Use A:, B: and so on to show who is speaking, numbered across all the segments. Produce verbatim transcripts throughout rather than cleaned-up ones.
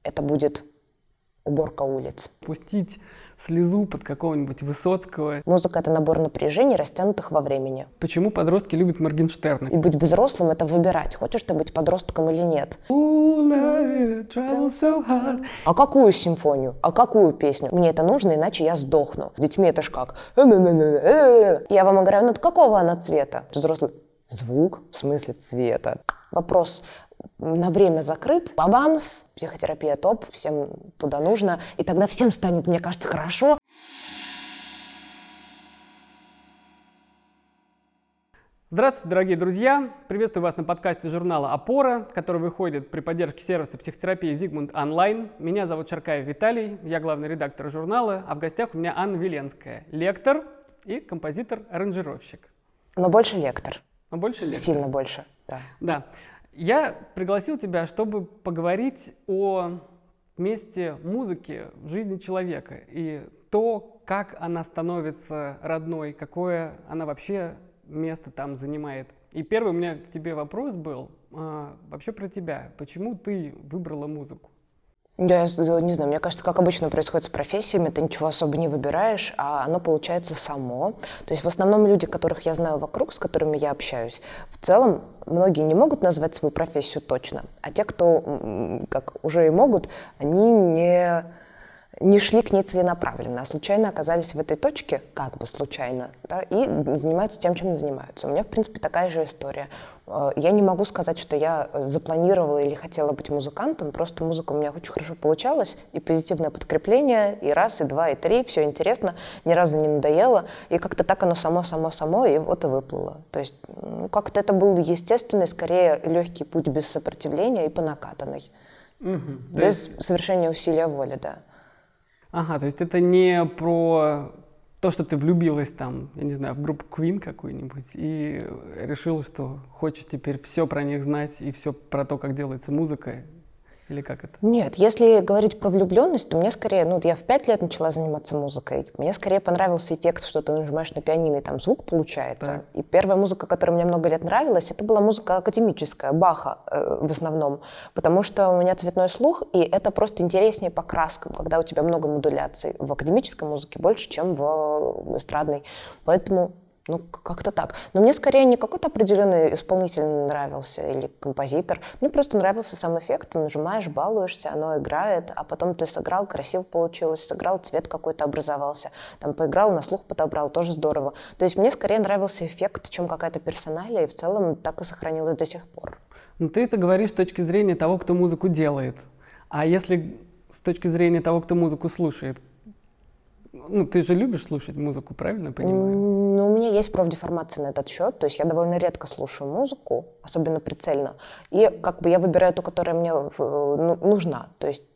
A: это будет уборка улиц.
B: Пустить слезу под какого-нибудь Высоцкого.
A: Музыка — это набор напряжений, растянутых во времени.
B: Почему подростки любят Моргенштерна?
A: И быть взрослым — это выбирать, хочешь ты быть подростком или нет.
B: So
A: а какую симфонию? А какую песню? Мне это нужно, иначе я сдохну. С детьми это ж как? Я вам говорю, ну какого она цвета? Взрослый. Звук? В смысле цвета? Вопрос на время закрыт. Бабамс, психотерапия топ, всем туда нужно. И тогда всем станет, мне кажется, хорошо.
B: Здравствуйте, дорогие друзья! Приветствую вас на подкасте журнала «Опора», который выходит при поддержке сервиса психотерапии «Зигмунд Онлайн». Меня зовут Чаркаев Виталий, я главный редактор журнала, а в гостях у меня Анна Веленская, лектор и композитор-аранжировщик.
A: Но больше лектор.
B: Но больше лектор.
A: Сильно больше, да.
B: Да. Я пригласил тебя, чтобы поговорить о месте музыки в жизни человека и то, как она становится родной, какое она вообще место там занимает. И первый у меня к тебе вопрос был а, вообще про тебя. Почему ты выбрала музыку?
A: Я не знаю, мне кажется, как обычно происходит с профессиями, ты ничего особо не выбираешь, а оно получается само. То есть в основном люди, которых я знаю вокруг, с которыми я общаюсь, в целом многие не могут назвать свою профессию точно, а те, кто как уже и могут, они не... не шли к ней целенаправленно, а случайно оказались в этой точке, как бы случайно, да, и занимаются тем, чем занимаются. У меня, в принципе, такая же история. Я не могу сказать, что я запланировала или хотела быть музыкантом, просто музыка у меня очень хорошо получалась, и позитивное подкрепление, и раз, и два, и три, все интересно, ни разу не надоело, и как-то так оно само-само-само, и вот и выплыло. То есть ну, как-то это был естественный, скорее, легкий путь без сопротивления и по накатанной.
B: Угу.
A: Без
B: есть...
A: совершения усилия воли, да.
B: Ага, то есть это не про то, что ты влюбилась там, я не знаю, в группу Queen какую-нибудь и решила, что хочешь теперь все про них знать и все про то, как делается музыка, или как это?
A: Нет, если говорить про влюбленность, то мне скорее, ну, я в пять лет начала заниматься музыкой, мне скорее понравился эффект, что ты нажимаешь на пианино, и там звук получается. Так. И первая музыка, которая мне много лет нравилась, это была музыка академическая, Баха э, в основном, потому что у меня цветной слух, и это просто интереснее по краскам, когда у тебя много модуляций в академической музыке больше, чем в эстрадной, поэтому... Ну, как-то так. Но мне скорее не какой-то определенный исполнитель нравился или композитор. Мне просто нравился сам эффект. Ты нажимаешь, балуешься, оно играет, а потом ты сыграл, красиво получилось, сыграл, цвет какой-то образовался. Там поиграл, на слух подобрал, тоже здорово. То есть мне скорее нравился эффект, чем какая-то персоналия, и в целом так и сохранилось до сих пор.
B: Ну, ты это говоришь с точки зрения того, кто музыку делает. А если с точки зрения того, кто музыку слушает? Ну, ты же любишь слушать музыку, правильно понимаю?
A: Ну, у меня есть профдеформация на этот счет, то есть я довольно редко слушаю музыку, особенно прицельно, и как бы я выбираю ту, которая мне ну, нужна, то есть,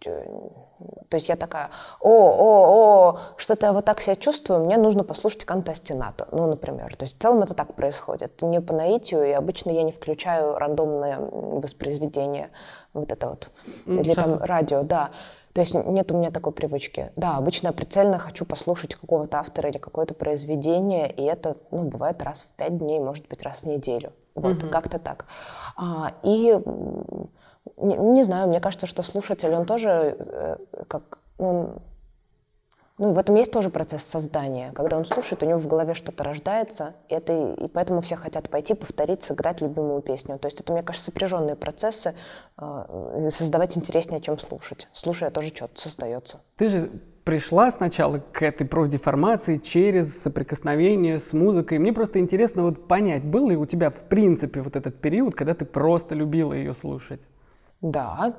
A: то есть я такая, о, о, о, что-то я вот так себя чувствую, мне нужно послушать канта остинато, ну, например, то есть в целом это так происходит, не по наитию, и обычно я не включаю рандомное воспроизведение, вот это вот, mm, или там радио, да. То есть нет у меня такой привычки. Да, обычно я прицельно хочу послушать какого-то автора или какое-то произведение, и это, ну, бывает раз в пять дней, может быть, раз в неделю. Вот, mm-hmm. как-то так. А, и не, не знаю, мне кажется, что слушатель, он тоже э, как... Он, ну, в этом есть тоже процесс создания. Когда он слушает, у него в голове что-то рождается, и, это, и поэтому все хотят пойти, повторить, сыграть любимую песню. То есть это, мне кажется, сопряженные процессы. Э, создавать интереснее, чем слушать. Слушая, тоже что-то создается.
B: Ты же пришла сначала к этой профдеформации через соприкосновение с музыкой. Мне просто интересно вот понять, был ли у тебя в принципе вот этот период, когда ты просто любила ее слушать?
A: Да.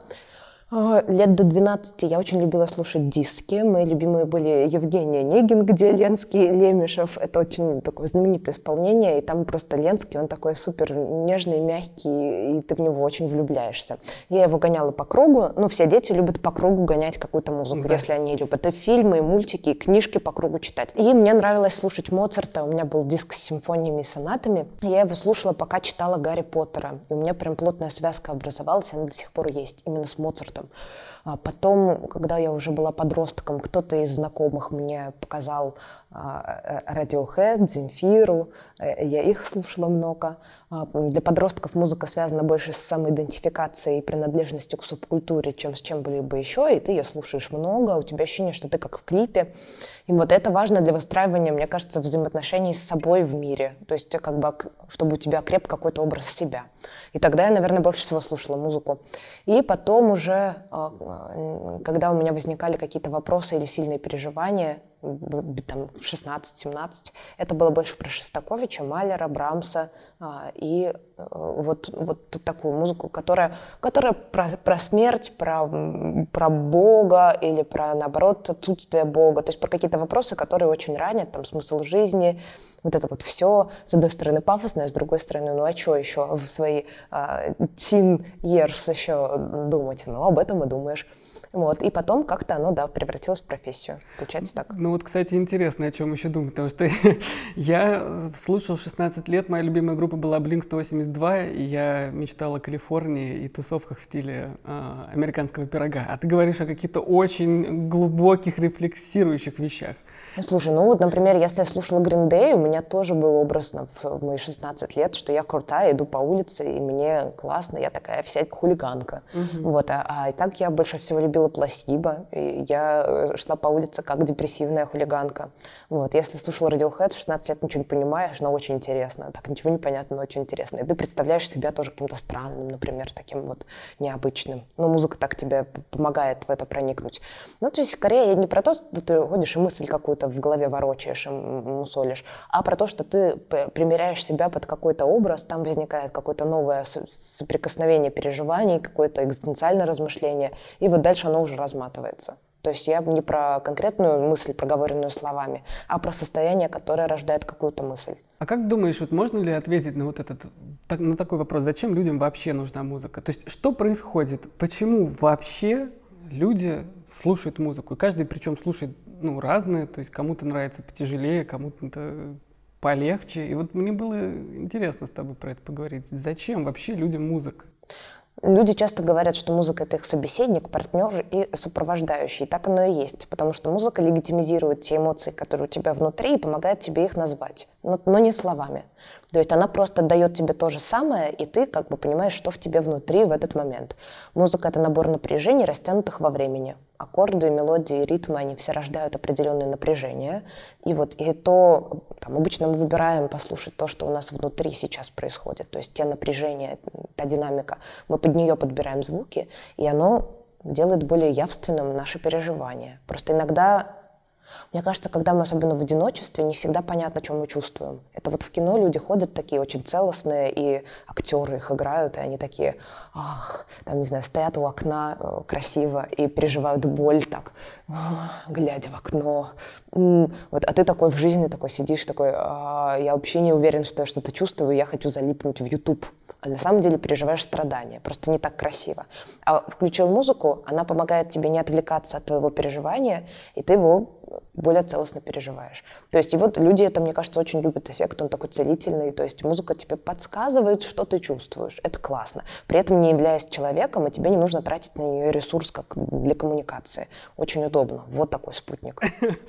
A: Лет до двенадцати я очень любила слушать диски. Мои любимые были Евгений Онегин, где Ленский, Лемешев. Это очень такое знаменитое исполнение. И там просто Ленский, он такой супер нежный, мягкий, и ты в него очень влюбляешься. Я его гоняла по кругу. Ну, все дети любят по кругу гонять какую-то музыку, да. Если они любят. Это фильмы, мультики, книжки по кругу читать. И мне нравилось слушать Моцарта. У меня был диск с симфониями и сонатами. Я его слушала, пока читала Гарри Поттера. И у меня прям плотная связка образовалась, она до сих пор есть, именно с Моцартом. А потом, когда я уже была подростком, кто-то из знакомых мне показал а, Radiohead, Земфиру, я их слушала много. А, для подростков музыка связана больше с самоидентификацией и принадлежностью к субкультуре, чем с чем-либо еще, и ты ее слушаешь много, у тебя ощущение, что ты как в клипе. И вот это важно для выстраивания, мне кажется, взаимоотношений с собой в мире, то есть как бы, чтобы у тебя креп какой-то образ себя. И тогда я, наверное, больше всего слушала музыку. И потом уже, когда у меня возникали какие-то вопросы или сильные переживания, там, в шестнадцать-семнадцать, это было больше про Шостаковича, Малера, Брамса и вот, вот такую музыку, которая, которая про, про смерть, про, про Бога или про, наоборот, отсутствие Бога, то есть про какие-то вопросы, которые очень ранят, там, смысл жизни, вот это вот все, с одной стороны, пафосно, а с другой стороны, ну а что еще в свои uh, teen years еще думать? Ну, об этом и думаешь. Вот. И потом как-то оно, да, превратилось в профессию. Получается так.
B: Ну вот, кстати, интересно, о чем еще думать, потому что я слушал в шестнадцать лет, моя любимая группа была блинк сто восемьдесят два, и я мечтал о Калифорнии и тусовках в стиле э, американского пирога. А ты говоришь о каких-то очень глубоких, рефлексирующих вещах.
A: Ну, слушай, ну вот, например, если я слушала Green Day, у меня тоже был образ в мои шестнадцать лет, что я крутая, иду по улице, и мне классно, я такая вся хулиганка. Uh-huh. Вот, а, а и так я больше всего любила Пласибо, и я шла по улице как депрессивная хулиганка. Вот, если слушала Radiohead, в шестнадцать лет ничего не понимаешь, но очень интересно. Так, ничего не понятно, но очень интересно. И ты представляешь себя тоже каким-то странным, например, таким вот необычным. Но музыка так тебе помогает в это проникнуть. Ну, то есть, скорее, не про то, что ты ходишь и мысль какую-то в голове ворочаешь и мусолишь, а про то, что ты примеряешь себя под какой-то образ, там возникает какое-то новое соприкосновение переживаний, какое-то экзистенциальное размышление, и вот дальше оно уже разматывается. То есть я не про конкретную мысль, проговоренную словами, а про состояние, которое рождает какую-то мысль.
B: А как думаешь, вот можно ли ответить на вот этот, так, на такой вопрос, зачем людям вообще нужна музыка? То есть что происходит? Почему вообще люди слушают музыку? И каждый причем слушает ну, разное, то есть кому-то нравится потяжелее, кому-то полегче. И вот мне было интересно с тобой про это поговорить. Зачем вообще людям музыка?
A: Люди часто говорят, что музыка — это их собеседник, партнер и сопровождающий. И так оно и есть, потому что музыка легитимизирует те эмоции, которые у тебя внутри, и помогает тебе их назвать, но, но не словами. То есть она просто дает тебе то же самое, и ты как бы понимаешь, что в тебе внутри в этот момент. Музыка — это набор напряжений, растянутых во времени. Аккорды, мелодии, ритмы, они все рождают определенные напряжения. И вот и то, там, обычно мы выбираем послушать то, что у нас внутри сейчас происходит. То есть те напряжения, та динамика. Мы под нее подбираем звуки, и оно делает более явственным наши переживания. Просто иногда... Мне кажется, когда мы особенно в одиночестве, не всегда понятно, что мы чувствуем. Это вот в кино люди ходят такие очень целостные, и актеры их играют, и они такие, ах, там, не знаю, стоят у окна э, красиво и переживают боль так, глядя в окно. М-м. Вот, а ты такой в жизни такой сидишь, такой, а, я вообще не уверен, что я что-то чувствую, я хочу залипнуть в YouTube. А на самом деле переживаешь страдания, просто не так красиво. А включил музыку, она помогает тебе не отвлекаться от твоего переживания, и ты его более целостно переживаешь. То есть и вот люди это, мне кажется, очень любят эффект, он такой целительный, то есть музыка тебе подсказывает, что ты чувствуешь, это классно. При этом не являясь человеком, и тебе не нужно тратить на нее ресурс как для коммуникации. Очень удобно, вот такой спутник.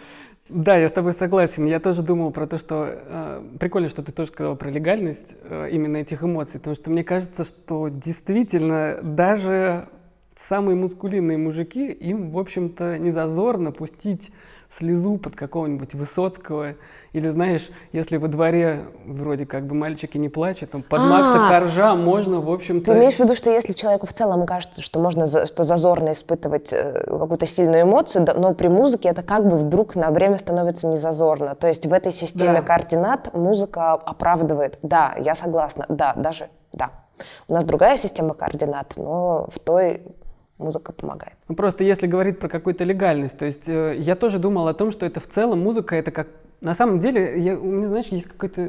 B: Да, я с тобой согласен. Я тоже думал про то, что э, прикольно, что ты тоже сказала про легальность э, именно этих эмоций, потому что мне кажется, что действительно даже самые мускулинные мужики, им, в общем-то, не зазорно пустить слезу под какого-нибудь Высоцкого. Или, знаешь, если во дворе вроде как бы мальчики не плачут, то под Макса Коржа можно, в общем-то...
A: Ты имеешь в виду, что если человеку в целом кажется, что можно, что зазорно испытывать какую-то сильную эмоцию, но при музыке это как бы вдруг на время становится не зазорно. То есть в этой системе да. координат музыка оправдывает. Да, я согласна. Да, даже да. У нас другая система координат, но в той... музыка помогает.
B: Ну, просто если говорить про какую-то легальность, то есть э, я тоже думал о том, что это в целом музыка, это как... На самом деле, я, у меня, знаешь, есть какой-то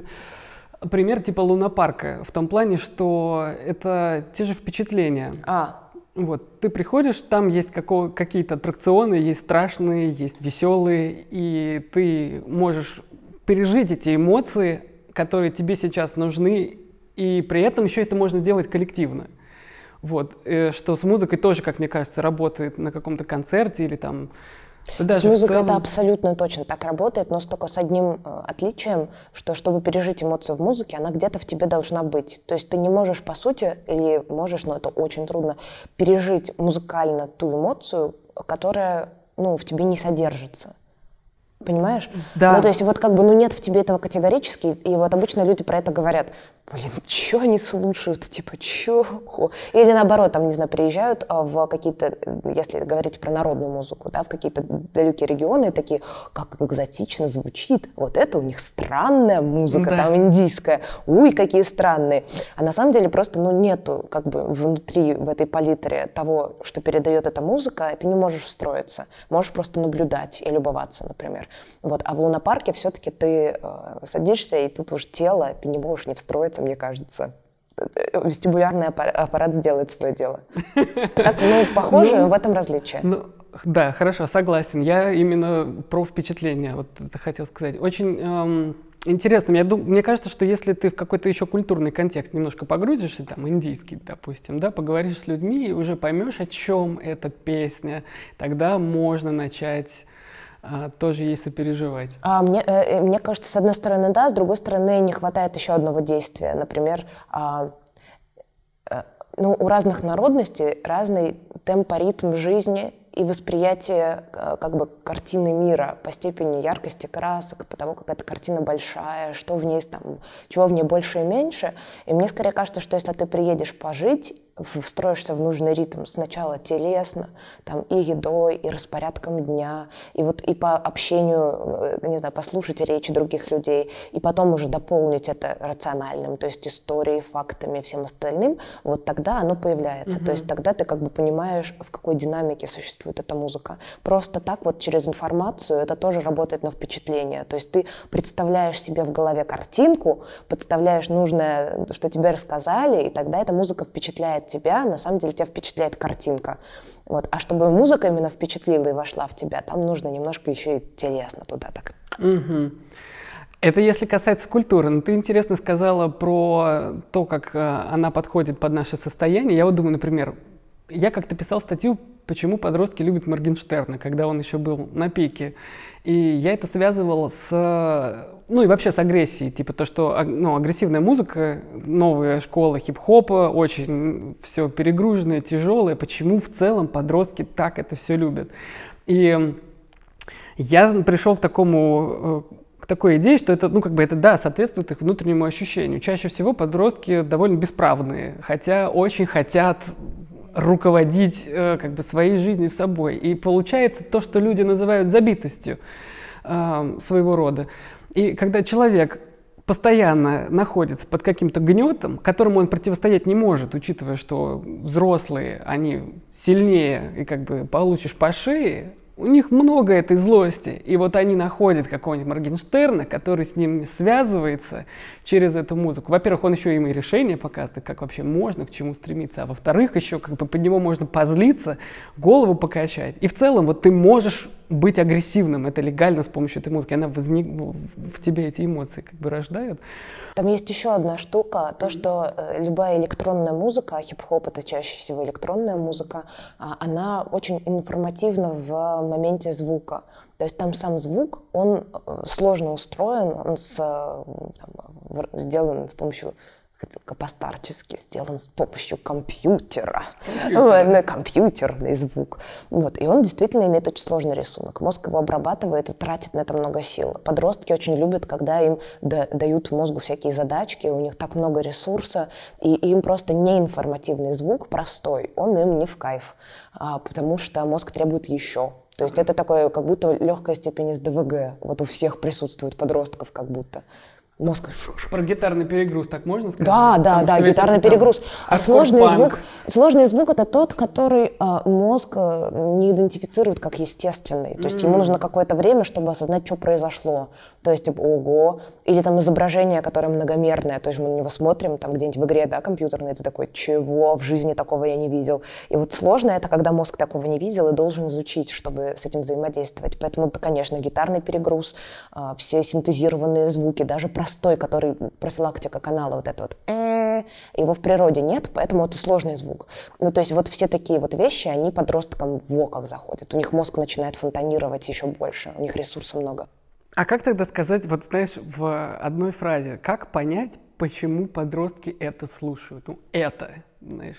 B: пример типа лунопарка, в том плане, что это те же впечатления.
A: А.
B: Вот, ты приходишь, там есть како- какие-то аттракционы, есть страшные, есть веселые, и ты можешь пережить эти эмоции, которые тебе сейчас нужны, и при этом еще это можно делать коллективно. Вот, э, что с музыкой тоже, как мне кажется, работает на каком-то концерте или там... да даже
A: С музыкой
B: целом...
A: это абсолютно точно так работает, но с только с одним э, отличием, что чтобы пережить эмоцию в музыке, она где-то в тебе должна быть. То есть ты не можешь, по сути, или можешь, но это очень трудно, пережить музыкально ту эмоцию, которая, ну, в тебе не содержится. Понимаешь?
B: Да.
A: Ну, то есть вот как бы, ну, нет в тебе этого категорически, и вот обычно люди про это говорят. Блин, что они слушают? Типа, чё? Или наоборот, там, не знаю, приезжают а, в какие-то, если говорить про народную музыку, да, в какие-то далекие регионы, и такие, как экзотично звучит. Вот это у них странная музыка,
B: Да.
A: там, индийская. Уй, какие странные. А на самом деле просто, ну, нету как бы внутри, в этой палитре того, что передает эта музыка, и ты не можешь встроиться. Можешь просто наблюдать и любоваться, например. Вот. А в лунопарке все-таки ты э, садишься, и тут уж тело, ты не можешь не встроиться, мне кажется. Вестибулярный аппарат, аппарат сделает свое дело. Так, ну, похоже,
B: Ну,
A: в этом различие.
B: Ну, да, хорошо, согласен. Я именно про впечатление, вот это хотел сказать. Очень эм, интересно. Я дум- мне кажется, что если ты в какой-то еще культурный контекст немножко погрузишься, там, индийский, допустим, да, поговоришь с людьми и уже поймешь, о чем эта песня, тогда можно начать а, тоже ей сопереживать.
A: А мне, э, мне кажется, с одной стороны, да, с другой стороны, не хватает еще одного действия. Например, а, э, ну, у разных народностей разный темпоритм жизни и восприятие э, как бы картины мира по степени яркости красок, по тому, как эта картина большая, что в ней там, чего в ней больше и меньше. И мне скорее кажется, что если ты приедешь пожить, встроишься в нужный ритм сначала телесно, там, и едой, и распорядком дня, и вот и по общению, не знаю, послушать речи других людей, и потом уже дополнить это рациональным, то есть историей, фактами, всем остальным, вот тогда оно появляется. Mm-hmm. То есть тогда ты как бы понимаешь, в какой динамике существует эта музыка. Просто так вот через информацию это тоже работает на впечатление. То есть ты представляешь себе в голове картинку, подставляешь нужное, что тебе рассказали, и тогда эта музыка впечатляет тебя, на самом деле тебя впечатляет картинка. Вот. А чтобы музыка именно впечатлила и вошла в тебя, там нужно немножко еще и телесно туда так.
B: Угу. Это если касается культуры. Но ты интересно сказала про то, как она подходит под наше состояние. Я вот думаю, например, я как-то писал статью, почему подростки любят Моргенштерна, когда он еще был на пике. И я это связывал с... Ну и вообще с агрессией. Типа то, что ну, агрессивная музыка, новая школа хип-хопа, очень все перегруженное, тяжелое. Почему в целом подростки так это все любят? И я пришел к такому... к такой идее, что это, ну, как бы это, да, соответствует их внутреннему ощущению. Чаще всего подростки довольно бесправные, хотя очень хотят руководить э, как бы своей жизнью собой. И получается то, что люди называют забитостью э, своего рода. И когда человек постоянно находится под каким-то гнетом, которому он противостоять не может, учитывая, что взрослые, они сильнее, и как бы получишь по шее, у них много этой злости, и вот они находят какого-нибудь Моргенштерна, который с ним связывается через эту музыку. Во-первых, он еще им и решение показывает, как вообще можно, к чему стремиться, а во-вторых, еще как бы под него можно позлиться, голову покачать. И в целом вот ты можешь быть агрессивным, это легально с помощью этой музыки, она возник... в тебе эти эмоции как бы рождает.
A: Там есть еще одна штука, то, что э, любая электронная музыка, а хип-хоп это чаще всего электронная музыка, а, она очень информативна в моменте звука. То есть там сам звук, он э, сложно устроен, он с, там, сделан с помощью постарчески сделан с помощью компьютера. Компьютер. Компьютерный звук. Вот. И он действительно имеет очень сложный рисунок. Мозг его обрабатывает и тратит на это много сил. Подростки очень любят, когда им да, дают мозгу всякие задачки, у них так много ресурса, и им просто неинформативный звук, простой, он им не в кайф, а, потому что мозг требует еще. То есть это такое, как будто легкая степень эс дэ вэ гэ. Вот у всех присутствует подростков как будто. Мозг.
B: Про гитарный перегруз так можно сказать?
A: Да, да,
B: Потому
A: да, гитарный
B: это,
A: перегруз.
B: Там,
A: а сложный звук, сложный звук это тот, который а, мозг а, не идентифицирует как естественный. То есть mm. ему нужно какое-то время, чтобы осознать, что произошло. То есть, ого, или там изображение, которое многомерное, то есть мы на него смотрим, там где-нибудь в игре, да, компьютерной, ты такой, чего, в жизни такого я не видел. И вот сложно это, когда мозг такого не видел и должен изучить, чтобы с этим взаимодействовать. Поэтому, да, конечно, гитарный перегруз, а, все синтезированные звуки, даже простой, который профилактика канала, вот это вот, музыке, его в природе нет, поэтому это сложный звук. Ну, то есть вот все такие вот вещи, они подросткам в око заходят. У них мозг начинает фонтанировать еще больше, у них ресурсов много.
B: А как тогда сказать, вот знаешь, в одной фразе, как понять, почему подростки это слушают? Ну, это, знаешь.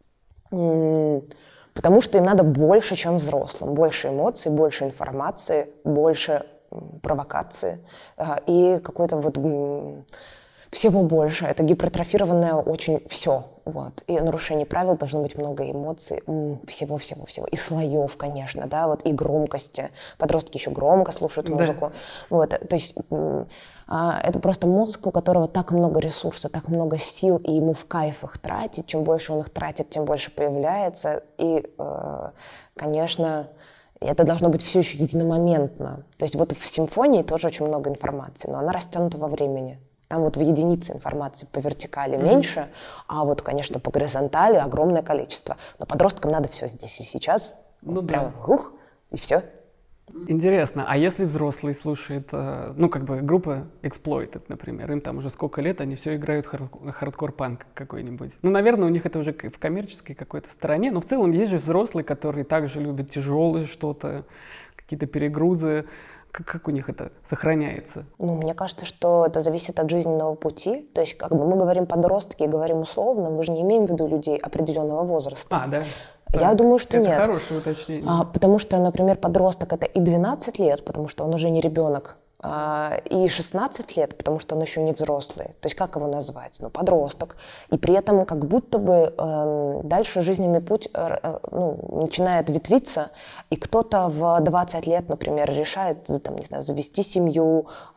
A: Потому что им надо больше, чем взрослым. Больше эмоций, больше информации, больше провокации и какой-то вот всего больше. Это гипертрофированное очень все. Вот. И нарушений правил должно быть много эмоций, всего-всего-всего. И слоев, конечно, да, вот, и громкости. Подростки еще громко слушают музыку. Да. Вот. То есть это просто мозг, у которого так много ресурсов, так много сил, и ему в кайф их тратить. Чем больше он их тратит, тем больше появляется. И, конечно, это должно быть все еще единомоментно. То есть вот в симфонии тоже очень много информации, но она растянута во времени. Там вот в единице информации по вертикали mm-hmm. меньше, а вот, конечно, по горизонтали огромное количество. Но подросткам надо все здесь и сейчас. Ну, вот прям да. ух, и все.
B: Интересно, а если взрослый слушает, ну, как бы группа Exploited, например, им там уже сколько лет, они все играют хардкор-панк какой-нибудь. Ну, наверное, у них это уже в коммерческой какой-то стороне, но в целом есть же взрослые, которые также любят тяжелое что-то, какие-то перегрузы. Как, как у них это сохраняется?
A: Ну, мне кажется, что это зависит от жизненного пути. То есть, как бы мы говорим подростки, говорим условно, мы же не имеем в виду людей определенного возраста.
B: А, да?
A: Я
B: да.
A: думаю, что
B: это
A: нет.
B: Это хорошее уточнение.
A: А, потому что, например, подросток — это и двенадцать лет, потому что он уже не ребенок, а, и шестнадцать лет, потому что он еще не взрослый. То есть как его назвать? Ну, подросток. И при этом как будто бы э, дальше жизненный путь э, ну, начинает ветвиться, и кто-то в двадцать лет, например, решает, там, не знаю, завести семью, э,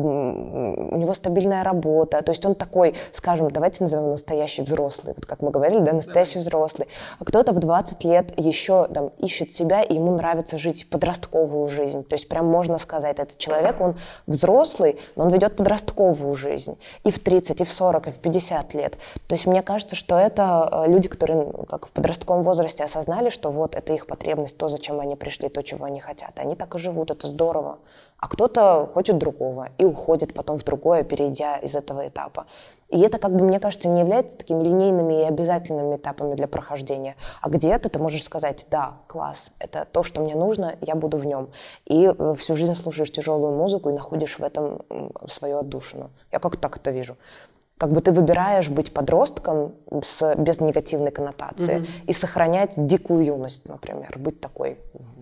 A: у него стабильная работа. То есть он такой, скажем, давайте назовем настоящий взрослый, вот как мы говорили, да, настоящий взрослый. А кто-то в двадцать лет еще там ищет себя, и ему нравится жить подростковую жизнь. То есть прям можно сказать, этот человек, он взрослый, но он ведет подростковую жизнь. И в тридцать, и в сорок, и в пятьдесят лет. То есть мне кажется, что это люди, которые как в подростковом возрасте осознали, что вот это их потребность, то, зачем они пришли, то, чего они хотят. И они так и живут, это здорово. А кто-то хочет другого и уходит потом в другое, перейдя из этого этапа. И это, как бы, мне кажется, не является такими линейными и обязательными этапами для прохождения. А где-то ты можешь сказать: да, класс, это то, что мне нужно, я буду в нем. И всю жизнь слушаешь тяжелую музыку и находишь в этом свою отдушину. Я как так это вижу. Как бы ты выбираешь быть подростком с, без негативной коннотации mm-hmm. и сохранять дикую юность, например, быть такой...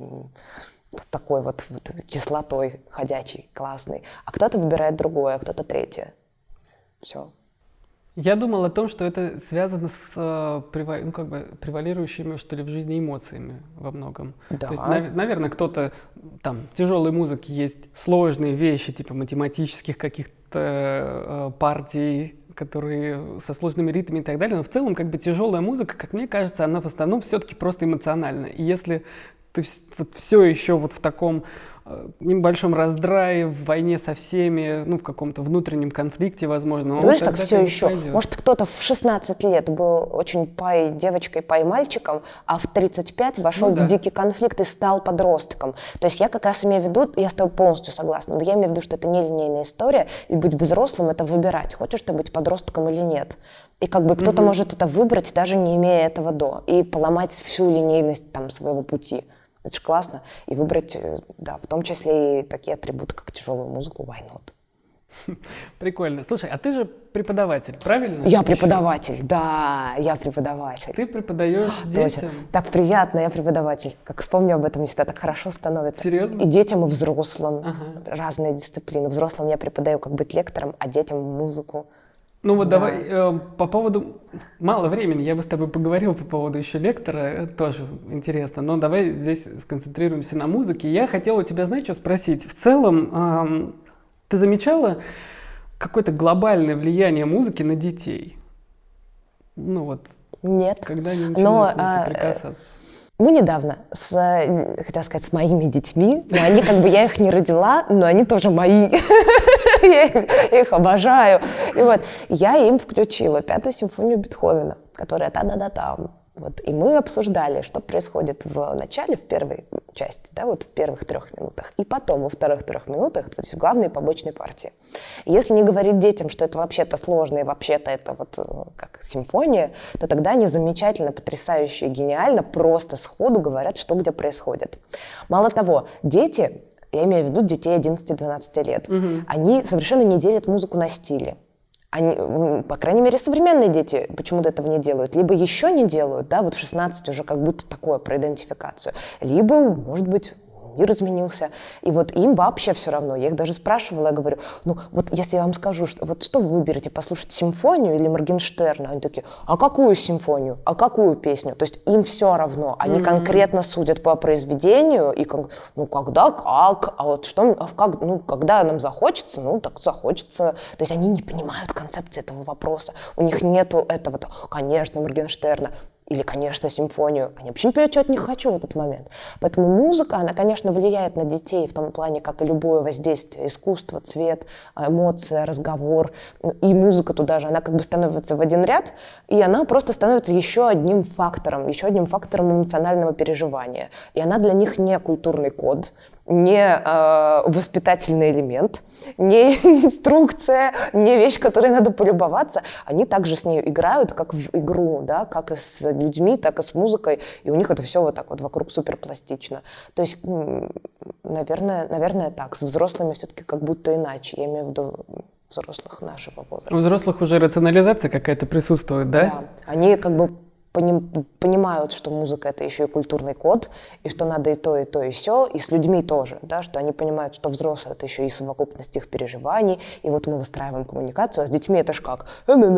A: такой вот, вот кислотой ходячей, классной. А кто-то выбирает другое, а кто-то третье. Все.
B: Я думал о том, что это связано с ну, как бы, превалирующими, что ли, в жизни эмоциями во многом.
A: Да.
B: То есть, нав- наверное, кто-то, там, в тяжелой музыке есть сложные вещи, типа математических каких-то э, партий, которые со сложными ритмами и так далее. Но в целом, как бы, тяжелая музыка, как мне кажется, она в основном все-таки просто эмоциональна. И если ты вот все еще вот в таком э, небольшом раздрае, в войне со всеми, ну, в каком-то внутреннем конфликте, возможно.
A: Ты говоришь так, все еще. Пойдет. Может, кто-то в шестнадцать лет был очень пай девочкой, пай мальчиком, а в тридцать пять вошел ну, в да. дикий конфликт и стал подростком. То есть я как раз имею в виду, я с тобой полностью согласна, но я имею в виду, что это не линейная история, и быть взрослым — это выбирать, хочешь ты быть подростком или нет. И как бы кто-то mm-hmm. может это выбрать, даже не имея этого до, и поломать всю линейность там своего пути. Это же классно. И выбрать, да, в том числе и такие атрибуты, как тяжелую музыку, why not?
B: Прикольно. Слушай, а ты же преподаватель, правильно?
A: Я преподаватель, еще? Да, я преподаватель.
B: Ты преподаешь детям?
A: Точно. Так приятно, я преподаватель. Как вспомню об этом, всегда так хорошо становится.
B: Серьезно?
A: И детям, и взрослым.
B: Ага.
A: Разные дисциплины. Взрослым я преподаю, как быть лектором, а детям музыку.
B: Ну вот
A: да.
B: давай, э, по поводу... Мало времени, я бы с тобой поговорил по поводу еще лектора, это тоже интересно, но давай здесь сконцентрируемся на музыке. Я хотела у тебя, знаешь, что спросить? В целом, э, ты замечала какое-то глобальное влияние музыки на детей? Ну вот...
A: Нет.
B: Когда они начинают но, соприкасаться?
A: Мы недавно, с, хотела сказать, с моими детьми, но они как бы, я их не родила, но они тоже мои. Я их, я их обожаю. И вот я им включила пятую симфонию Бетховена, которая та-да-да-там. Вот. И мы обсуждали, что происходит в начале, в первой части, да, вот в первых трех минутах, и потом во вторых трех минутах, то есть в главной и побочной партии. И если не говорить детям, что это вообще-то сложно, и вообще-то это вот как симфония, то тогда они замечательно, потрясающе, гениально, просто сходу говорят, что где происходит. Мало того, дети, я имею в виду детей одиннадцати-двенадцати лет, угу. они совершенно не делят музыку на стили. Они, по крайней мере, современные дети почему-то этого не делают. Либо еще не делают, да, вот в шестнадцать уже как будто такое про идентификацию. Либо, может быть, мир изменился. И вот им вообще все равно. Я их даже спрашивала, я говорю, ну вот если я вам скажу, что, вот что вы выберете, послушать симфонию или Моргенштерна? Они такие, а какую симфонию? А какую песню? То есть им все равно. Они mm-hmm. конкретно судят по произведению, и как, ну когда, как, а вот что, а как, ну когда нам захочется, ну так захочется. То есть они не понимают концепции этого вопроса. У них нету этого, конечно, Моргенштерна. Или, конечно, симфонию. Они вообще не понимают, что от них хочу в этот момент. Поэтому музыка, она, конечно, влияет на детей в том плане, как и любое воздействие. Искусство, цвет, эмоция, разговор. И музыка туда же, она как бы становится в один ряд, и она просто становится еще одним фактором, еще одним фактором эмоционального переживания. И она для них не культурный код, не э, воспитательный элемент, не инструкция, не вещь, которой надо полюбоваться. Они также с ней играют, как в игру, да, как и с людьми, так и с музыкой, и у них это все вот так вот вокруг суперпластично. То есть, наверное, наверное так. С взрослыми все-таки как будто иначе. Я имею в виду взрослых нашего возраста.
B: У взрослых уже рационализация какая-то присутствует, да?
A: Да. Они как бы понимают, что музыка — это еще и культурный код, и что надо и то, и то, и сё, и с людьми тоже, да, что они понимают, что взрослые — это еще и совокупность их переживаний, и вот мы выстраиваем коммуникацию, а с детьми это ж как и вот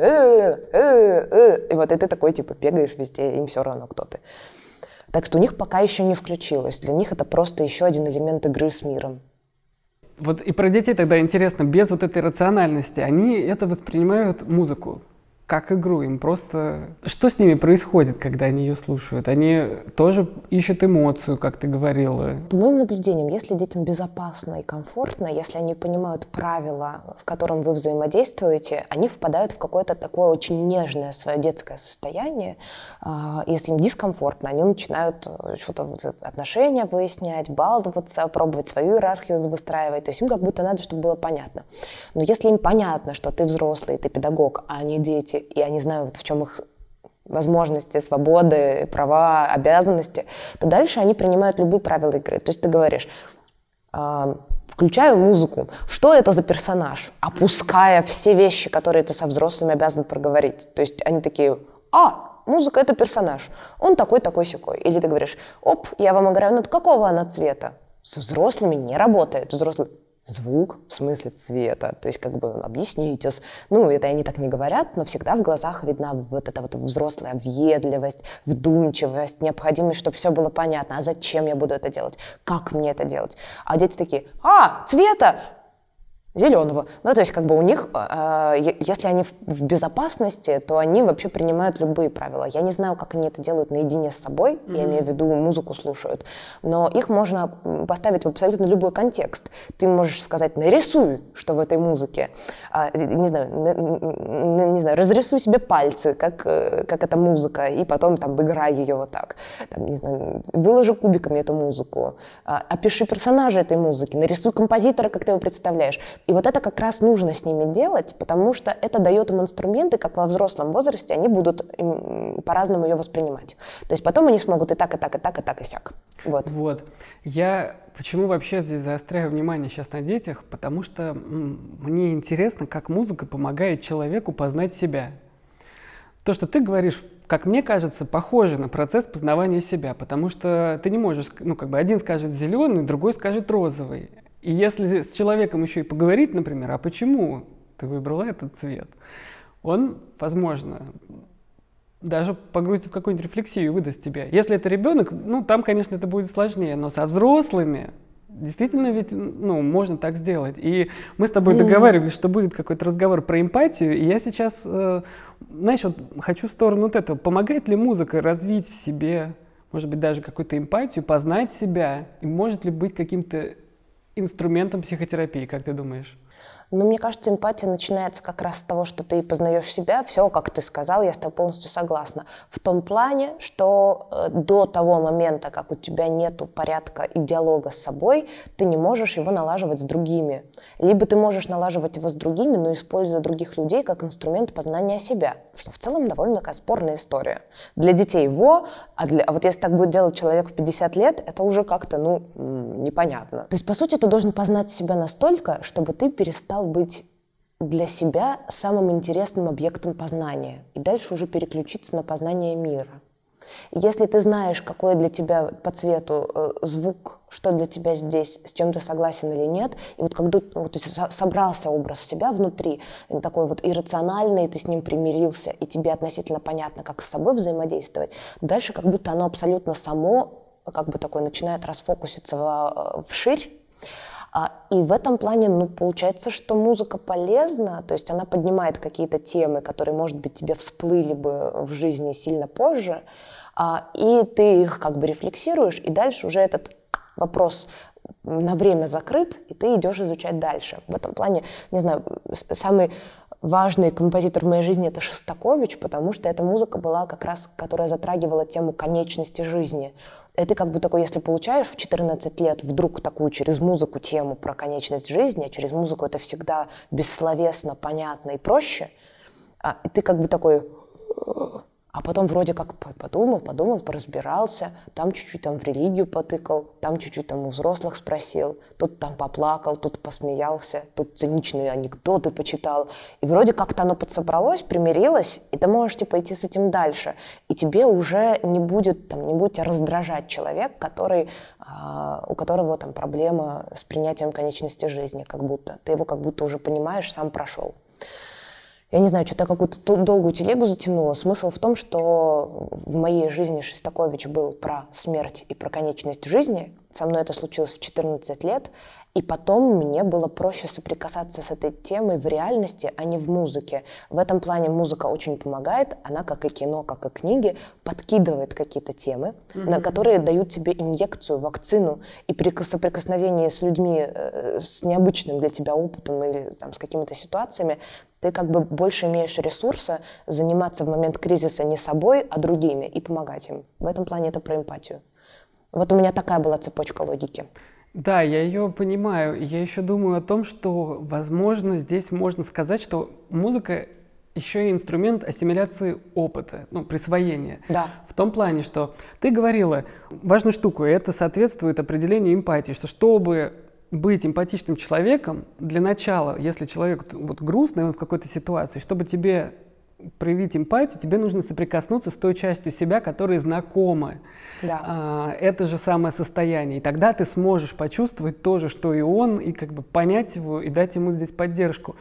A: и ты такой, типа, бегаешь везде, им все равно, кто ты. Так что у них пока еще не включилось, для них это просто еще один элемент игры с миром.
B: Вот и про детей тогда интересно, без вот этой рациональности, они это воспринимают музыку как игру, им просто... Что с ними происходит, когда они ее слушают? Они тоже ищут эмоцию, как ты говорила.
A: По моим наблюдениям, если детям безопасно и комфортно, если они понимают правила, в котором вы взаимодействуете, они впадают в какое-то такое очень нежное свое детское состояние. Если им дискомфортно, они начинают что-то отношения выяснять, баловаться, пробовать свою иерархию выстраивать. То есть им как будто надо, чтобы было понятно. Но если им понятно, что ты взрослый, ты педагог, а они дети, и они знают, в чем их возможности, свободы, права, обязанности, то дальше они принимают любые правила игры. То есть ты говоришь, э, включаю музыку, что это за персонаж, опуская все вещи, которые ты со взрослыми обязан проговорить. То есть они такие, а, музыка — это персонаж, он такой-такой-сякой. Или ты говоришь, оп, я вам играю, ну какого она цвета? Со взрослыми не работает. Взрослый: звук, в смысле цвета, то есть как бы объясните. Ну, это они так не говорят, но всегда в глазах видна вот эта вот взрослая въедливость, вдумчивость, необходимость, чтобы все было понятно. А зачем я буду это делать? Как мне это делать? А дети такие, а, цвета! Зеленого. Ну, то есть, как бы у них, э, если они в, в безопасности, то они вообще принимают любые правила. Я не знаю, как они это делают наедине с собой, mm-hmm. я имею в виду, музыку слушают, но их можно поставить в абсолютно любой контекст. Ты можешь сказать, нарисуй, что в этой музыке, э, не знаю, не, не знаю, разрисуй себе пальцы, как, как эта музыка, и потом там играй ее вот так. Там, не знаю, выложи кубиками эту музыку, э, опиши персонажа этой музыки, нарисуй композитора, как ты его представляешь. И вот это как раз нужно с ними делать, потому что это дает им инструменты, как во взрослом возрасте они будут по-разному ее воспринимать. То есть потом они смогут и так, и так, и так, и так, и сяк. Вот.
B: Вот. Я почему вообще здесь заостряю внимание сейчас на детях? Потому что мне интересно, как музыка помогает человеку познать себя. То, что ты говоришь, как мне кажется, похоже на процесс познавания себя, потому что ты не можешь, ну, как бы один скажет зеленый, другой скажет розовый. И если с человеком еще и поговорить, например, а почему ты выбрала этот цвет, он, возможно, даже погрузит в какую-нибудь рефлексию и выдаст тебе. Если это ребенок, ну, там, конечно, это будет сложнее, но со взрослыми действительно ведь, ну, можно так сделать. И мы с тобой договаривались, что будет какой-то разговор про эмпатию, и я сейчас, э, знаешь, вот хочу в сторону вот этого. Помогает ли музыка развить в себе, может быть, даже какую-то эмпатию, познать себя, и может ли быть каким-то инструментом психотерапии, как ты думаешь?
A: Ну, мне кажется, эмпатия начинается как раз с того, что ты познаешь себя. Все, как ты сказал, я с тобой полностью согласна. В том плане, что э, до того момента, как у тебя нету порядка и диалога с собой, ты не можешь его налаживать с другими. Либо ты можешь налаживать его с другими, но используя других людей как инструмент познания себя. Что в целом довольно такая спорная история. Для детей во, а, для, а вот если так будет делать человек в пятьдесят лет, это уже как-то, ну, непонятно. То есть, по сути, ты должен познать себя настолько, чтобы ты перестал быть для себя самым интересным объектом познания и дальше уже переключиться на познание мира. И если ты знаешь, какой для тебя по цвету э, звук, что для тебя здесь, с чем ты согласен или нет, и вот когда вот, собрался образ себя внутри, такой вот иррациональный, ты с ним примирился, и тебе относительно понятно, как с собой взаимодействовать, дальше как будто оно абсолютно само как бы такое начинает расфокуситься в, вширь. И в этом плане, ну, получается, что музыка полезна, то есть она поднимает какие-то темы, которые, может быть, тебе всплыли бы в жизни сильно позже, и ты их как бы рефлексируешь, и дальше уже этот вопрос на время закрыт, и ты идешь изучать дальше. В этом плане, не знаю, самый важный композитор в моей жизни — это Шостакович, потому что эта музыка была как раз, которая затрагивала тему конечности жизни. И ты как бы такой, если получаешь в четырнадцать лет вдруг такую через музыку тему про конечность жизни, а через музыку это всегда бессловесно, понятно и проще, а, и ты как бы такой... А потом вроде как подумал, подумал, поразбирался, там чуть-чуть там в религию потыкал, там чуть-чуть там у взрослых спросил, тут там поплакал, тут посмеялся, тут циничные анекдоты почитал. И вроде как-то оно подсобралось, примирилось, и ты можешь типа идти с этим дальше. И тебе уже не будет, там, не будет тебя раздражать человек, который, а, у которого там проблема с принятием конечности жизни, как будто. Ты его как будто уже понимаешь, сам прошел. Я не знаю, что-то я какую-то долгую телегу затянула. Смысл в том, что в моей жизни Шостакович был про смерть и про конечность жизни. Со мной это случилось в четырнадцать лет. И потом мне было проще соприкасаться с этой темой в реальности, а не в музыке. В этом плане музыка очень помогает. Она, как и кино, как и книги, подкидывает какие-то темы, mm-hmm. на которые дают тебе инъекцию, вакцину. И при соприкосновении с людьми э, с необычным для тебя опытом или там, с какими-то ситуациями, ты как бы больше имеешь ресурса заниматься в момент кризиса не собой, а другими и помогать им. В этом плане это про эмпатию. Вот у меня такая была цепочка логики.
B: Да, я ее понимаю. Я еще думаю о том, что, возможно, здесь можно сказать, что музыка еще и инструмент ассимиляции опыта, ну, присвоения.
A: Да.
B: В том плане, что ты говорила важную штуку, и это соответствует определению эмпатии, что чтобы быть эмпатичным человеком, для начала, если человек вот грустный, он в какой-то ситуации, чтобы тебе проявить эмпатию, тебе нужно соприкоснуться с той частью себя, которая знакома.
A: Да.
B: А, это же самое состояние. И тогда ты сможешь почувствовать то же, что и он, и как бы понять его, и дать ему здесь поддержку.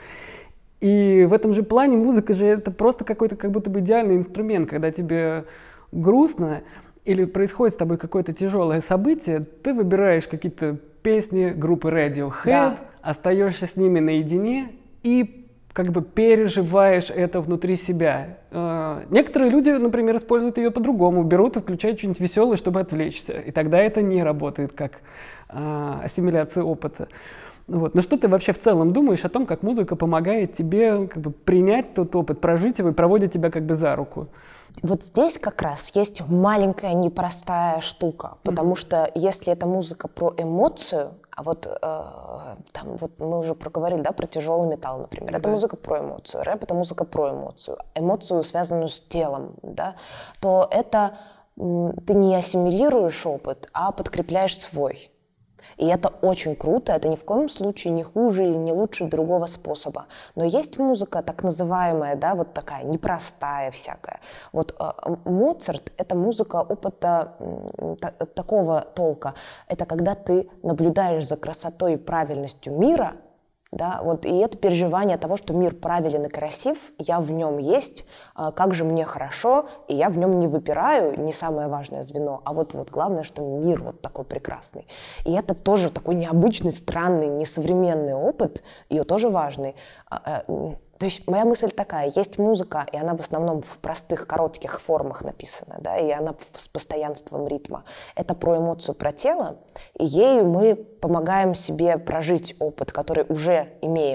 B: И в этом же плане музыка же это просто какой-то как будто бы идеальный инструмент, когда тебе грустно или происходит с тобой какое-то тяжелое событие, ты выбираешь какие-то песни группы Radiohead, да. остаешься с ними наедине и как бы переживаешь это внутри себя. Некоторые люди, например, используют ее по-другому, берут и включают что-нибудь веселое, чтобы отвлечься. И тогда это не работает как ассимиляция опыта. Вот. Но что ты вообще в целом думаешь о том, как музыка помогает тебе как бы принять тот опыт, прожить его и проводит тебя как бы за руку?
A: Вот здесь как раз есть маленькая непростая штука, потому mm-hmm. что если эта музыка про эмоцию, а вот э, там вот мы уже проговорили, да, про тяжелый металл, например, mm-hmm. это музыка про эмоцию, рэп — это музыка про эмоцию, эмоцию, связанную с телом, да, то это м, ты не ассимилируешь опыт, а подкрепляешь свой. И это очень круто, это ни в коем случае не хуже или не лучше другого способа. Но есть музыка так называемая, да, вот такая непростая всякая. Вот э, Моцарт — это музыка опыта э, та, такого толка. Это когда ты наблюдаешь за красотой и правильностью мира, да, вот, и это переживание того, что мир правилен и красив, я в нем есть, а, как же мне хорошо, и я в нем не выпираю, не самое важное звено, а вот, вот главное, что мир вот такой прекрасный. И это тоже такой необычный, странный, несовременный опыт, ее тоже важный. А, а, то есть моя мысль такая: есть музыка, и она в основном в простых, коротких формах написана, да, и она с постоянством ритма. Это про эмоцию, про тело, и ею мы помогаем себе прожить опыт, который уже имеем.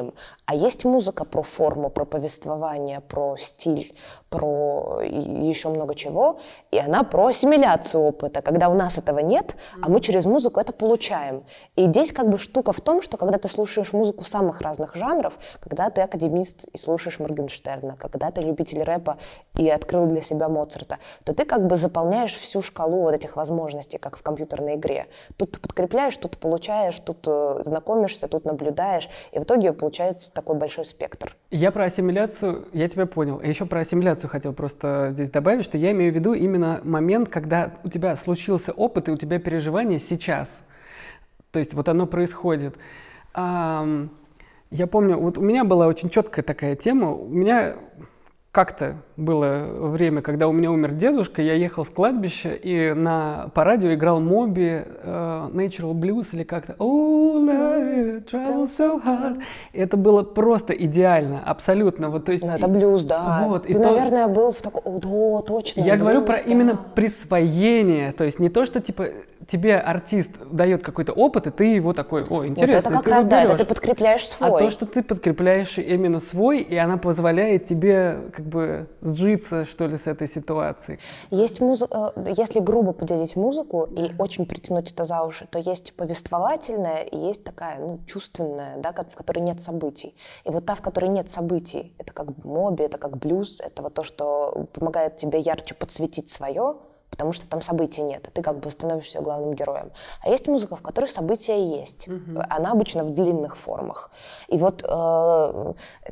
A: А есть музыка про форму, про повествование, про стиль, про еще много чего, и она про ассимиляцию опыта, когда у нас этого нет, а мы через музыку это получаем. И здесь как бы штука в том, что когда ты слушаешь музыку самых разных жанров, когда ты академист и слушаешь Моргенштерна, когда ты любитель рэпа и открыл для себя Моцарта, то ты как бы заполняешь всю шкалу вот этих возможностей, как в компьютерной игре. Тут ты подкрепляешь, тут ты получаешь, тут э, знакомишься, тут наблюдаешь, и в итоге получается такой большой спектр.
B: Я про ассимиляцию, я тебя понял. Я еще про ассимиляцию хотел просто здесь добавить, что я имею в виду именно момент, когда у тебя случился опыт и у тебя переживание сейчас. То есть вот оно происходит. А, я помню, вот у меня была очень четкая такая тема. У меня как-то было время, когда у меня умер дедушка, я ехал с кладбища, и на, по радио играл Моби, uh, Natural Blues или как-то «Oh, I travel so hard». И это было просто идеально, абсолютно. Вот, то есть,
A: ну, это блюз, да.
B: Вот,
A: Ты,
B: и
A: наверное,
B: то...
A: был в таком... Да, точно.
B: Я
A: блюз,
B: говорю про
A: да.
B: именно присвоение, то есть не то, что типа тебе артист дает какой-то опыт, и ты его такой, о, интересно,
A: вот это как
B: ты
A: раз, да, это ты
B: берешь.
A: подкрепляешь свой.
B: А то, что ты подкрепляешь именно свой, и она позволяет тебе как бы сжиться, что ли, с этой ситуацией.
A: Есть музыка, если грубо поделить музыку и очень притянуть это за уши, то есть повествовательная и есть такая, ну, чувственная, да, в которой нет событий. И вот та, в которой нет событий, это как Моби, это как блюз, это вот то, что помогает тебе ярче подсветить свое, потому что там событий нет, ты как бы становишься главным героем. А есть музыка, в которой события есть. Uh-huh. Она обычно в длинных формах. И вот э,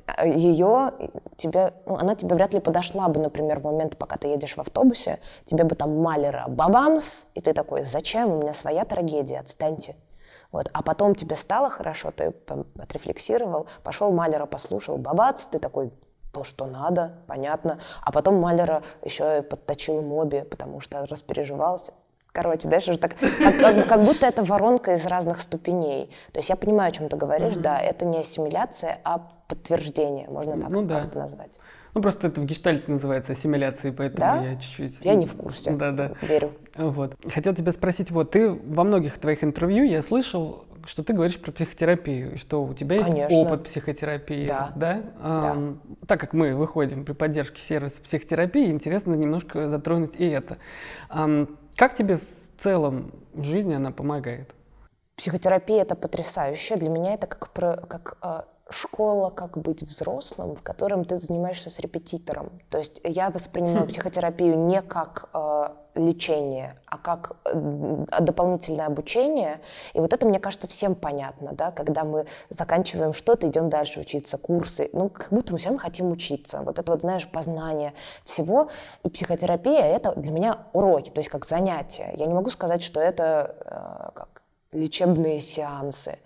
A: ее, тебе, ну, она тебе вряд ли подошла бы, например, в момент, пока ты едешь в автобусе, тебе бы там Малера бабамс, и ты такой, зачем, у меня своя трагедия, отстаньте. Вот. А потом тебе стало хорошо, ты отрефлексировал, пошел Малера послушал, бабац, ты такой, то, что надо, понятно. А потом Малера еще и подточил Моби, потому что распереживался. Короче, дальше уже так, как, как, как будто это воронка из разных ступеней. То есть я понимаю, о чем ты говоришь, mm-hmm. да, это не ассимиляция, а подтверждение, можно так
B: ну, да.
A: как-то назвать.
B: Ну, просто это в гештальте называется ассимиляцией, поэтому
A: да?
B: я чуть-чуть...
A: Я не в курсе,
B: да, да.
A: верю.
B: Вот. Хотел тебя спросить, вот ты во многих твоих интервью я слышал, что ты говоришь про психотерапию, и что у тебя есть
A: Конечно.
B: опыт психотерапии.
A: Да.
B: Да?
A: Да.
B: Эм, так как мы выходим при поддержке сервиса психотерапии, интересно немножко затронуть и это. Эм, как тебе в целом в жизни она помогает?
A: Психотерапия — это потрясающе. Для меня это как, про, как э, школа, как быть взрослым, в котором ты занимаешься с репетитором. То есть я воспринимаю психотерапию не как э, лечение, а как э, дополнительное обучение. И вот это, мне кажется, всем понятно, да? Когда мы заканчиваем что-то, идем дальше учиться, курсы. Ну, как будто мы все равно хотим учиться. Вот это вот, знаешь, познание всего. И психотерапия — это для меня уроки, то есть как занятия. Я не могу сказать, что это э, как лечебные сеансы.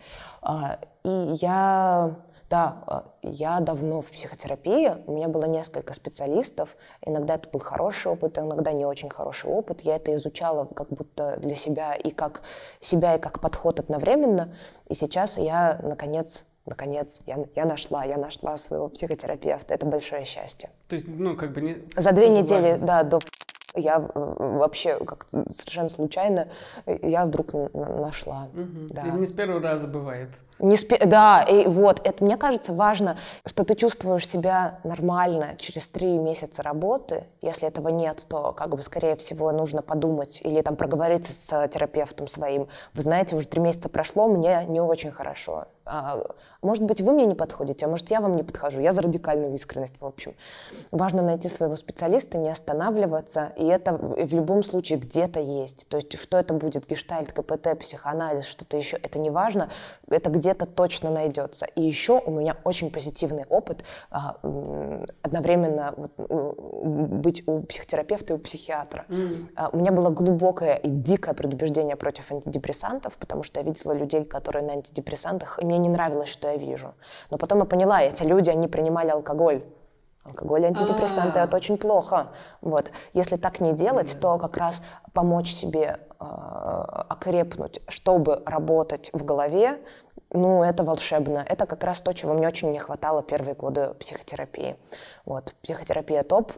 A: И я, да, я давно в психотерапии, у меня было несколько специалистов, иногда это был хороший опыт, иногда не очень хороший опыт, я это изучала как будто для себя и как себя, и как подход одновременно, и сейчас я, наконец, наконец, я, я нашла, я нашла своего психотерапевта, это большое счастье.
B: То есть, ну, как бы не...
A: За две недели, важно. да, до... Я вообще как совершенно случайно, я вдруг нашла.
B: Угу.
A: Да.
B: Не с первого раза бывает.
A: Не спе... Да, и вот, это, мне кажется, важно, что ты чувствуешь себя нормально через три месяца работы. Если этого нет, то, как бы, скорее всего, нужно подумать или там проговориться с терапевтом своим. Вы знаете, уже три месяца прошло, мне не очень хорошо. А, может быть, вы мне не подходите, а может, я вам не подхожу. Я за радикальную искренность, в общем. Важно найти своего специалиста, не останавливаться, и это в любом случае где-то есть. То есть, что это будет, гештальт, ка пэ тэ, психоанализ, что-то еще, это не важно, это где где-то точно найдется. И еще у меня очень позитивный опыт а, одновременно вот, быть у психотерапевта и у психиатра. Mm. А, у меня было глубокое и дикое предубеждение против антидепрессантов, потому что я видела людей, которые на антидепрессантах, и мне не нравилось, что я вижу. Но потом я поняла, эти люди, они принимали алкоголь. Алкоголь и антидепрессанты — это очень плохо. Вот. Если так не делать, то как раз помочь себе э, окрепнуть, чтобы работать в голове, ну, это волшебно. Это как раз то, чего мне очень не хватало первые годы психотерапии. Вот. Психотерапия топ.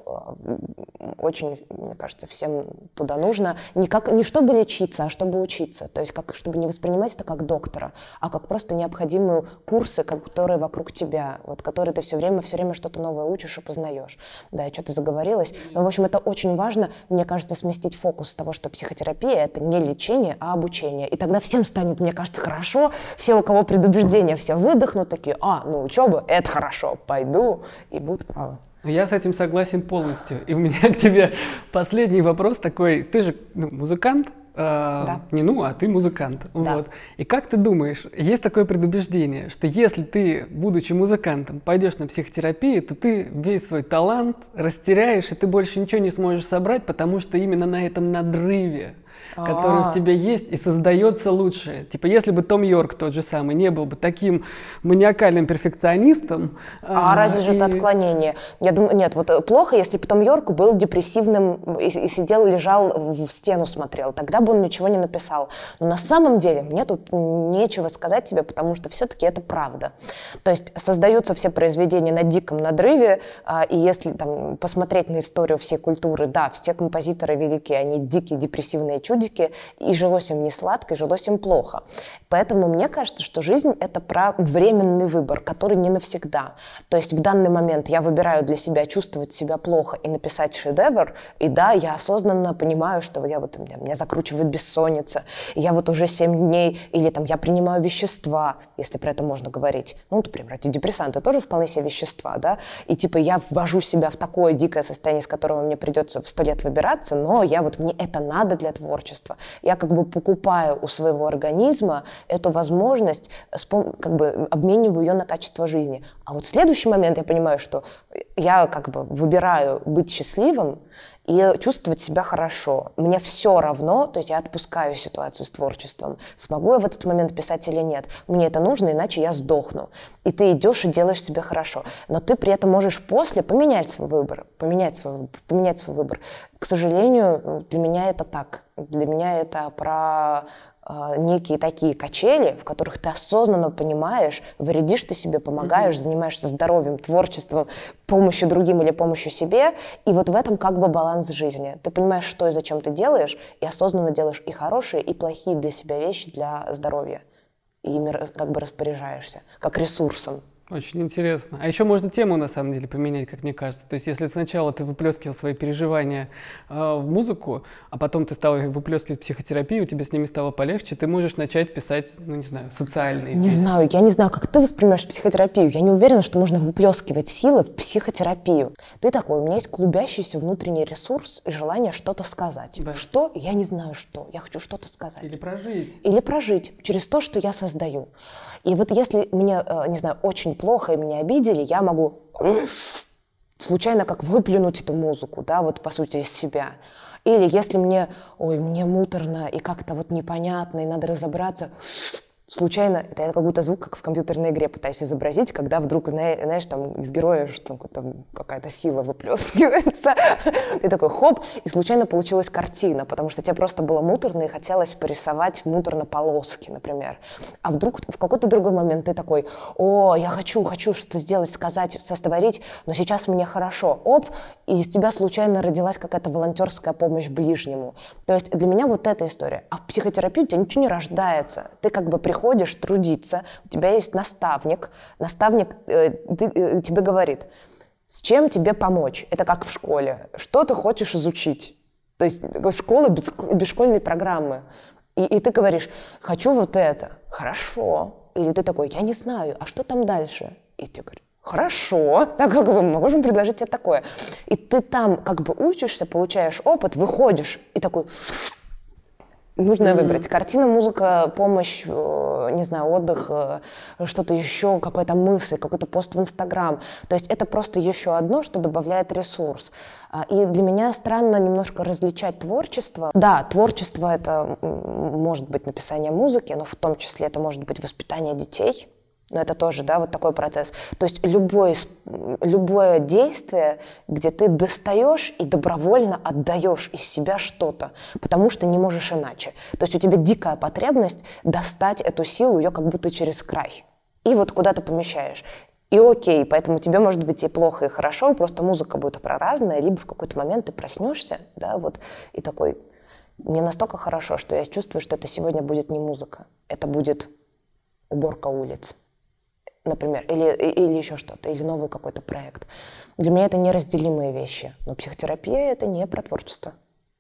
A: Очень, мне кажется, всем туда нужно. Не, как, не чтобы лечиться, а чтобы учиться. То есть как, чтобы не воспринимать это как доктора, а как просто необходимые курсы, которые вокруг тебя, вот, которые ты все время, все время что-то новое учишь и познаешь. Да, я что-то заговорилась. Но, в общем, это очень важно, мне кажется, сместить фокус с того, что психотерапия — это не лечение, а обучение. И тогда всем станет, мне кажется, хорошо. Все, у кого предубеждения, все выдохнут, такие: а, ну учеба — это хорошо, пойду, и будут правы.
B: Я с этим согласен полностью. И у меня к тебе последний вопрос такой. Ты же ну, музыкант? Э,
A: Да.
B: Не ну, а ты музыкант.
A: Да.
B: Вот. И как ты думаешь, есть такое предубеждение, что если ты, будучи музыкантом, пойдешь на психотерапию, то ты весь свой талант растеряешь, и ты больше ничего не сможешь собрать, потому что именно на этом надрыве, который
A: А.
B: в тебе есть, и создается лучшее. Типа, если бы Том Йорк тот же самый не был бы таким маниакальным перфекционистом...
A: А, а разве же
B: и...
A: это отклонение? Я думаю, нет, вот плохо, если бы Том Йорк был депрессивным и, и сидел, лежал, в стену смотрел. Тогда бы он ничего не написал. Но на самом деле мне тут нечего сказать тебе, потому что все-таки это правда. То есть создаются все произведения на диком надрыве, а, и если там посмотреть на историю всей культуры, да, все композиторы великие, они дикие, депрессивные чудики, и жилось им не сладко, и жилось им плохо. Поэтому мне кажется, что жизнь — это про временный выбор, который не навсегда. То есть в данный момент я выбираю для себя чувствовать себя плохо и написать шедевр, и да, я осознанно понимаю, что я вот, меня, меня закручивает бессонница, и я вот уже семь дней, или там я принимаю вещества, если про это можно говорить. Ну, например, антидепрессанты тоже вполне себе вещества, да, и типа я ввожу себя в такое дикое состояние, из которого мне придется в сто лет выбираться, но я вот, мне это надо для творчества. Я как бы покупаю у своего организма эту возможность, как бы обмениваю ее на качество жизни. А вот в следующий момент я понимаю, что я как бы выбираю быть счастливым и чувствовать себя хорошо. Мне все равно, то есть я отпускаю ситуацию с творчеством. Смогу я в этот момент писать или нет? Мне это нужно, иначе я сдохну. И ты идешь и делаешь себе хорошо. Но ты при этом можешь после поменять свой выбор. Поменять свой, поменять свой выбор. К сожалению, для меня это так. Для меня это про э, некие такие качели, в которых ты осознанно понимаешь, вредишь ты себе, помогаешь, mm-hmm. занимаешься здоровьем, творчеством, помощью другим или помощью себе. И вот в этом как бы баланс жизни. Ты понимаешь, что и зачем ты делаешь, и осознанно делаешь и хорошие, и плохие для себя вещи для здоровья. И ими как бы распоряжаешься, как ресурсом.
B: Очень интересно. А еще можно тему, на самом деле, поменять, как мне кажется. То есть, если сначала ты выплескивал свои переживания э, в музыку, а потом ты стал их выплескивать в психотерапию, тебе с ними стало полегче, ты можешь начать писать, ну, не знаю, социальные
A: Не
B: песни.
A: знаю, я не знаю, как ты воспринимаешь психотерапию. Я не уверена, что можно выплескивать силы в психотерапию. Ты такой: у меня есть клубящийся внутренний ресурс и желание что-то сказать.
B: Да.
A: Что? Я не знаю, что. Я хочу что-то сказать.
B: Или прожить.
A: Или прожить через то, что я создаю. И вот если мне, не знаю, очень плохо и меня обидели, я могу случайно как выплюнуть эту музыку, да, вот по сути из себя. Или если мне, ой, мне муторно и как-то вот непонятно, и надо разобраться, случайно, это я как будто звук, как в компьютерной игре пытаюсь изобразить, когда вдруг, знаешь, там из героя что там какая-то сила выплескивается. Ты такой хоп, и случайно получилась картина, потому что тебе просто было муторно и хотелось порисовать муторно полоски, например. А вдруг в какой-то другой момент ты такой: о, я хочу, хочу что-то сделать, сказать, сотворить, но сейчас мне хорошо. Оп, и из тебя случайно родилась какая-то волонтерская помощь ближнему. То есть для меня вот эта история. А в психотерапии у тебя ничего не рождается. Ты как бы приходишь ходишь трудиться, у тебя есть наставник, наставник э, ты, э, тебе говорит, с чем тебе помочь. Это как в школе. Что ты хочешь изучить? То есть школа без, без школьной программы. И, и ты говоришь: хочу вот это. Хорошо. Или ты такой: я не знаю, а что там дальше? И тебе говорят: хорошо, так как бы мы можем предложить тебе такое. И ты там как бы учишься, получаешь опыт, выходишь и такой: нужно mm-hmm. выбрать. Картина, музыка, помощь, не знаю, отдых, что-то еще, какая-то мысль, какой-то пост в Инстаграм. То есть это просто еще одно, что добавляет ресурс. И для меня странно немножко различать творчество. Да, творчество — это может быть написание музыки, но в том числе это может быть воспитание детей. Но это тоже, да, вот такой процесс. То есть любой, любое действие, где ты достаешь и добровольно отдаешь из себя что-то, потому что не можешь иначе. То есть у тебя дикая потребность достать эту силу, ее как будто через край. И вот куда ты помещаешь. И окей, поэтому тебе может быть и плохо, и хорошо, просто музыка будет про разное, либо в какой-то момент ты проснешься, да, вот, и такой, мне настолько хорошо, что я чувствую, что это сегодня будет не музыка, это будет уборка улиц. Например, или, или еще что-то, или новый какой-то проект. Для меня это неразделимые вещи. Но психотерапия — это не про творчество.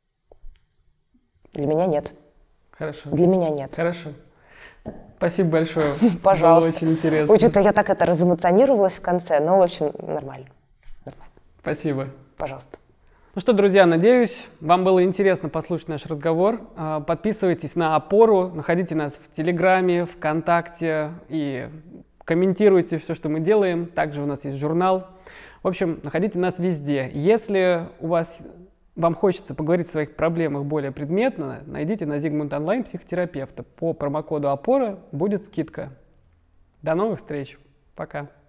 A: Для меня нет.
B: Хорошо.
A: Для меня нет.
B: Хорошо. Спасибо большое.
A: Пожалуйста.
B: Было очень интересно.
A: Ой, что-то я так это разэмоционировалась в конце, но, в общем, нормально. Нормально.
B: Спасибо.
A: Пожалуйста.
B: Ну что, друзья, надеюсь, вам было интересно послушать наш разговор. Подписывайтесь на «Опору», находите нас в Телеграме, ВКонтакте и комментируйте все, что мы делаем. Также у нас есть журнал. В общем, находите нас везде. Если у вас, вам хочется поговорить о своих проблемах более предметно, найдите на Zigmund Online психотерапевта. По промокоду «Опора» будет скидка. До новых встреч. Пока.